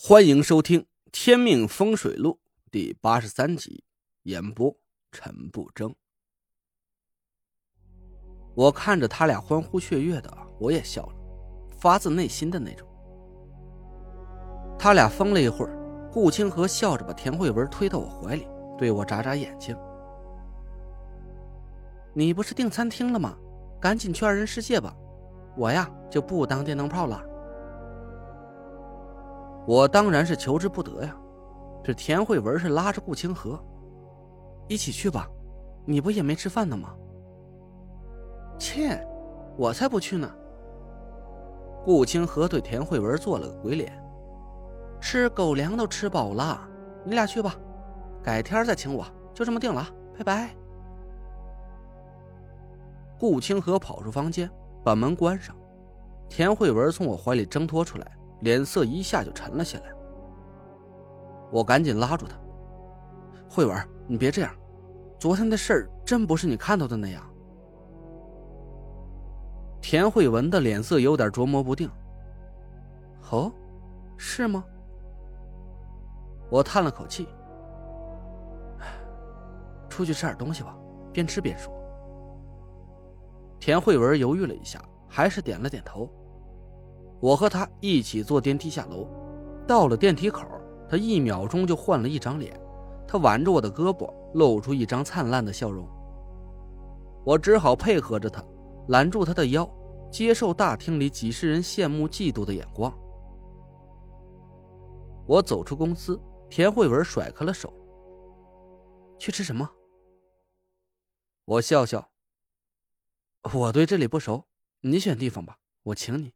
欢迎收听《天命风水录》第83集，演播陈不争。我看着他俩欢呼雀跃的，我也笑了，发自内心的那种。他俩疯了一会儿，顾清河笑着把田慧文推到我怀里，对我眨眨眼睛：“你不是订餐厅了吗？赶紧去二人世界吧，我呀就不当电灯泡了。”我当然是求之不得呀，这田慧文是拉着顾清河：“一起去吧，你不也没吃饭呢吗？”切，我才不去呢。顾清河对田慧文做了个鬼脸：“吃狗粮都吃饱了，你俩去吧，改天再请我，就这么定了，拜拜。”顾清河跑出房间，把门关上，田慧文从我怀里挣脱出来，脸色一下就沉了下来。我赶紧拉住他：“慧文，你别这样，昨天的事儿真不是你看到的那样。”田慧文的脸色有点琢磨不定：“哦，是吗？”我叹了口气：“出去吃点东西吧，边吃边说。”田慧文犹豫了一下，还是点了点头。我和他一起坐电梯下楼，到了电梯口，他1秒钟就换了一张脸，他挽着我的胳膊，露出一张灿烂的笑容。我只好配合着他，揽住他的腰，接受大厅里几十人羡慕嫉妒的眼光。我走出公司，田慧文甩开了手：“去吃什么？”我笑笑：“我对这里不熟，你选地方吧，我请你。”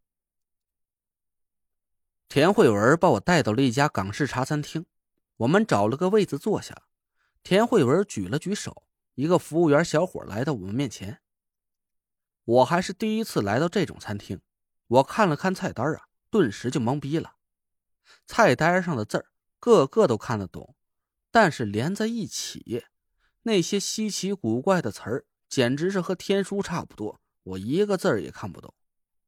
田慧文把我带到了一家港式茶餐厅，我们找了个位子坐下。田慧文举了举手，一个服务员小伙来到我们面前。我还是第一次来到这种餐厅，我看了看菜单啊，顿时就懵逼了。菜单上的字儿个个都看得懂，但是连在一起，那些稀奇古怪的词儿简直是和天书差不多，我一个字儿也看不懂。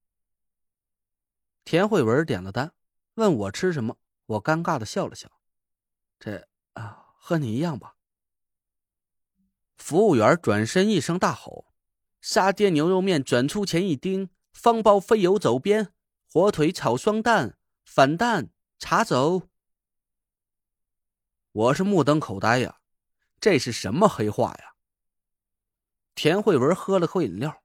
田慧文点了单，问我吃什么，我尴尬的笑了笑：“和你一样吧。”服务员转身一声大吼：“沙爹牛肉面转出前1丁，方包非油走边，火腿炒双蛋，反蛋，茶走。”我是目瞪口呆呀，这是什么黑话呀？田慧文喝了口饮料：“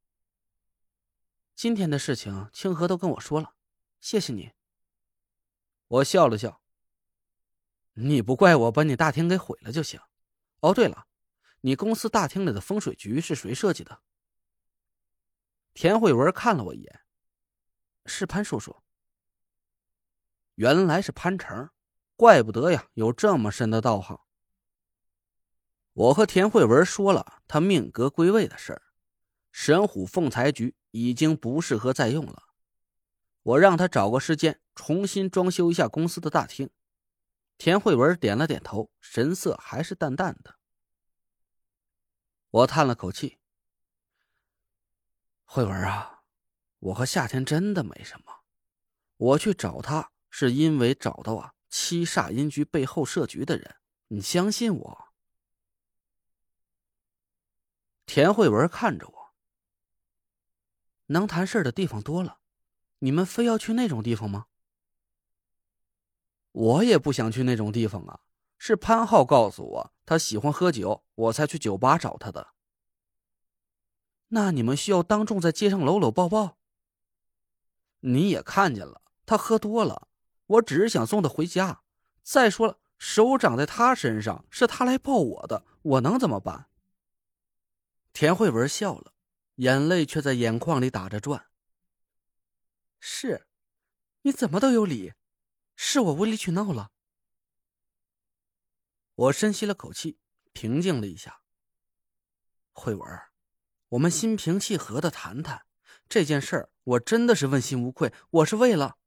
今天的事情清河都跟我说了，谢谢你。”我笑了笑：“你不怪我把你大厅给毁了就行。哦，对了，你公司大厅里的风水局是谁设计的？”田慧文看了我一眼：“是潘叔叔。”原来是潘成，怪不得呀，有这么深的道行。我和田慧文说了他命格归位的事儿，神虎凤财局已经不适合再用了，我让他找个时间重新装修一下公司的大厅。田慧文点了点头，神色还是淡淡的。我叹了口气：“慧文啊，我和夏天真的没什么，我去找他是因为找到七煞阴局背后设局的人，你相信我。”田慧文看着我：“能谈事的地方多了，你们非要去那种地方吗？”我也不想去那种地方啊，是潘浩告诉我他喜欢喝酒，我才去酒吧找他的。那你们需要当众在街上搂搂抱抱？你也看见了，他喝多了，我只是想送他回家。再说了，手长在他身上，是他来抱我的，我能怎么办？田慧文笑了，眼泪却在眼眶里打着转。是，你怎么都有理，是我无理取闹了。我深吸了口气，平静了一下。慧文，我们心平气和的谈谈这件事儿，我真的是问心无愧，我是为了……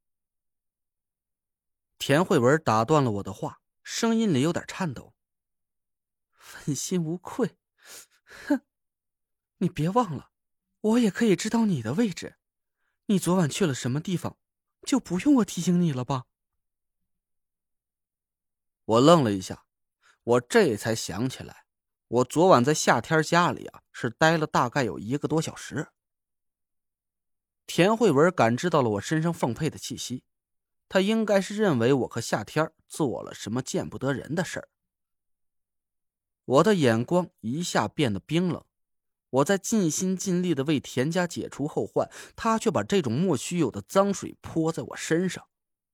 田慧文打断了我的话，声音里有点颤抖：“问心无愧？哼，你别忘了，我也可以知道你的位置。你昨晚去了什么地方，就不用我提醒你了吧？” 我愣了一下，我这才想起来，我昨晚在夏天家里是待了大概有1个多小时。田慧文感知到了我身上奉沛的气息，他应该是认为我和夏天做了什么见不得人的事儿。我的眼光一下变得冰冷，我在尽心尽力的为田家解除后患，他却把这种莫须有的脏水泼在我身上。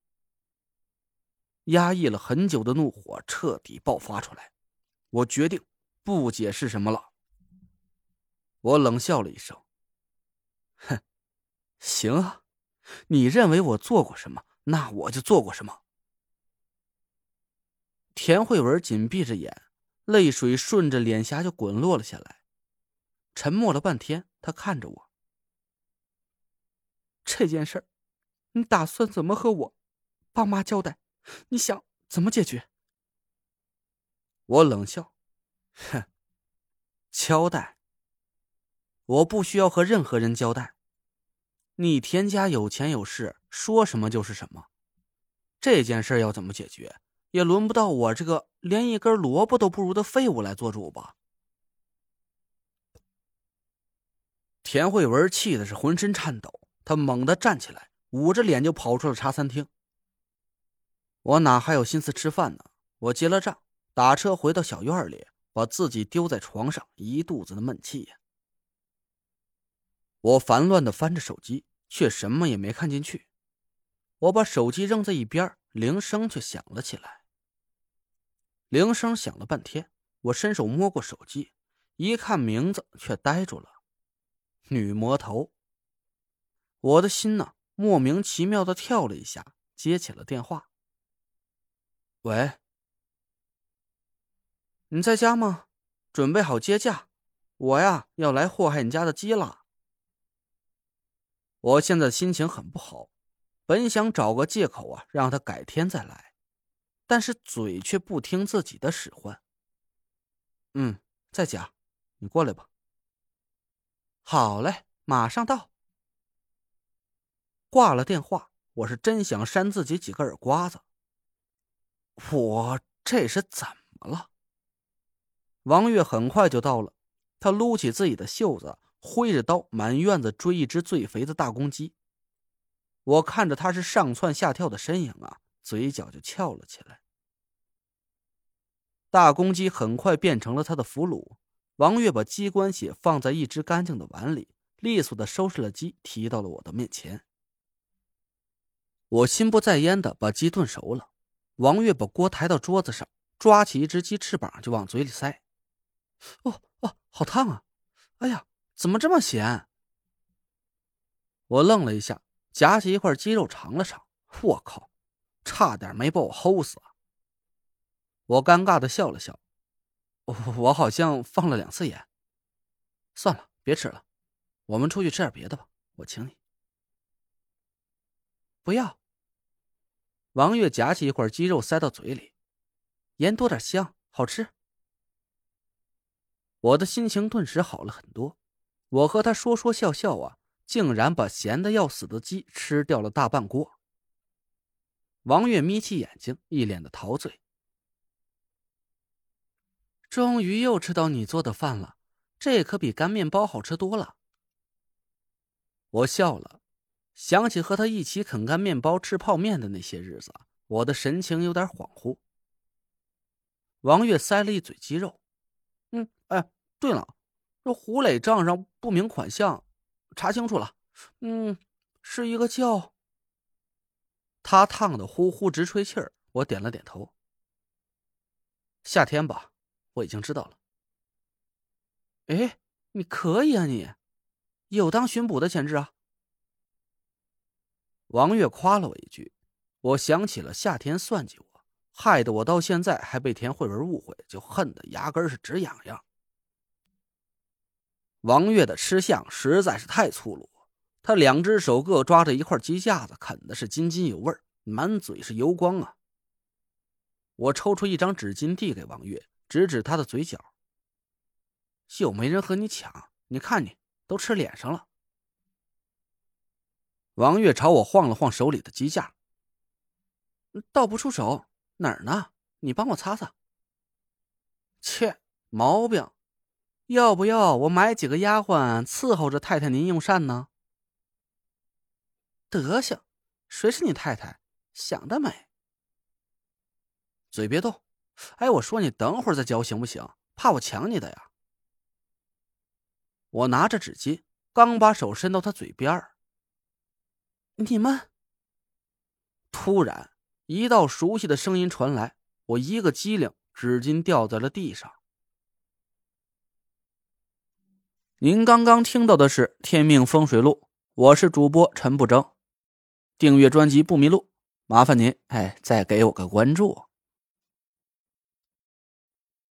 压抑了很久的怒火彻底爆发出来，我决定不解释什么了。我冷笑了一声，哼，行啊，你认为我做过什么，那我就做过什么。田慧文紧闭着眼，泪水顺着脸颊就滚落了下来。沉默了半天，他看着我，这件事儿，你打算怎么和我爸妈交代？你想怎么解决？我冷笑，哼，交代？我不需要和任何人交代。你田家有钱有势，说什么就是什么。这件事要怎么解决，也轮不到我这个连一根萝卜都不如的废物来做主吧。田慧文气的是浑身颤抖，他猛地站起来，捂着脸就跑出了茶餐厅。我哪还有心思吃饭呢？我结了账，打车回到小院里，把自己丢在床上，一肚子的闷气呀。我烦乱的翻着手机，却什么也没看进去。我把手机扔在一边，铃声却响了起来。铃声响了半天，我伸手摸过手机，一看名字却呆住了，女魔头。我的心莫名其妙的跳了一下，接起了电话。喂，你在家吗？准备好接驾，我要来祸害你家的鸡了。我现在心情很不好，本想找个借口让他改天再来，但是嘴却不听自己的使唤。在家，你过来吧。好嘞，马上到。挂了电话，我是真想扇自己几个耳刮子。我这是怎么了？王月很快就到了，他撸起自己的袖子，挥着刀满院子追一只最肥的大公鸡。我看着他是上蹿下跳的身影嘴角就翘了起来。大公鸡很快变成了他的俘虏，王月把鸡冠血放在一只干净的碗里，利索的收拾了鸡，提到了我的面前。我心不在焉的把鸡炖熟了，王月把锅抬到桌子上，抓起一只鸡翅膀就往嘴里塞。好烫啊！哎呀，怎么这么咸？我愣了一下，夹起一块鸡肉尝了尝，我靠，差点没把我齁死啊！我尴尬的笑了笑，我好像放了2次盐。算了，别吃了，我们出去吃点别的吧，我请你。不要。王月夹起一块鸡肉塞到嘴里，盐多点香，好吃。我的心情顿时好了很多，我和他说说笑笑竟然把咸的要死的鸡吃掉了大半锅。王月眯起眼睛，一脸的陶醉。终于又吃到你做的饭了，这可比干面包好吃多了。我笑了，想起和他一起啃干面包吃泡面的那些日子，我的神情有点恍惚。王月塞了一嘴鸡肉。对了，这胡磊账上不明款项，查清楚了。是一个叫……他烫得呼呼直吹气儿，我点了点头。夏天吧，我已经知道了。哎，你可以啊你，有当巡捕的潜质啊。王月夸了我一句，我想起了夏天算计我，害得我到现在还被田慧文误会，就恨得牙根是直痒痒。王月的吃相实在是太粗鲁，他2只手各抓着一块鸡架子，啃的是津津有味，满嘴是油光啊。我抽出一张纸巾递给王月，指指他的嘴角。又没人和你抢，你看你都吃脸上了。王月朝我晃了晃手里的鸡架。倒不出手，哪儿呢？ 你帮我擦擦。切，毛病！要不要我买几个丫鬟伺候着太太您用膳呢？德行，谁是你太太？想得美！嘴别动！哎，我说你等会儿再教行不行？怕我抢你的呀？我拿着纸巾，刚把手伸到他嘴边儿，你们……突然，一道熟悉的声音传来，我一个机灵，纸巾掉在了地上。您刚刚听到的是《天命风水录》，我是主播陈不争。订阅专辑不迷路，麻烦您再给我个关注。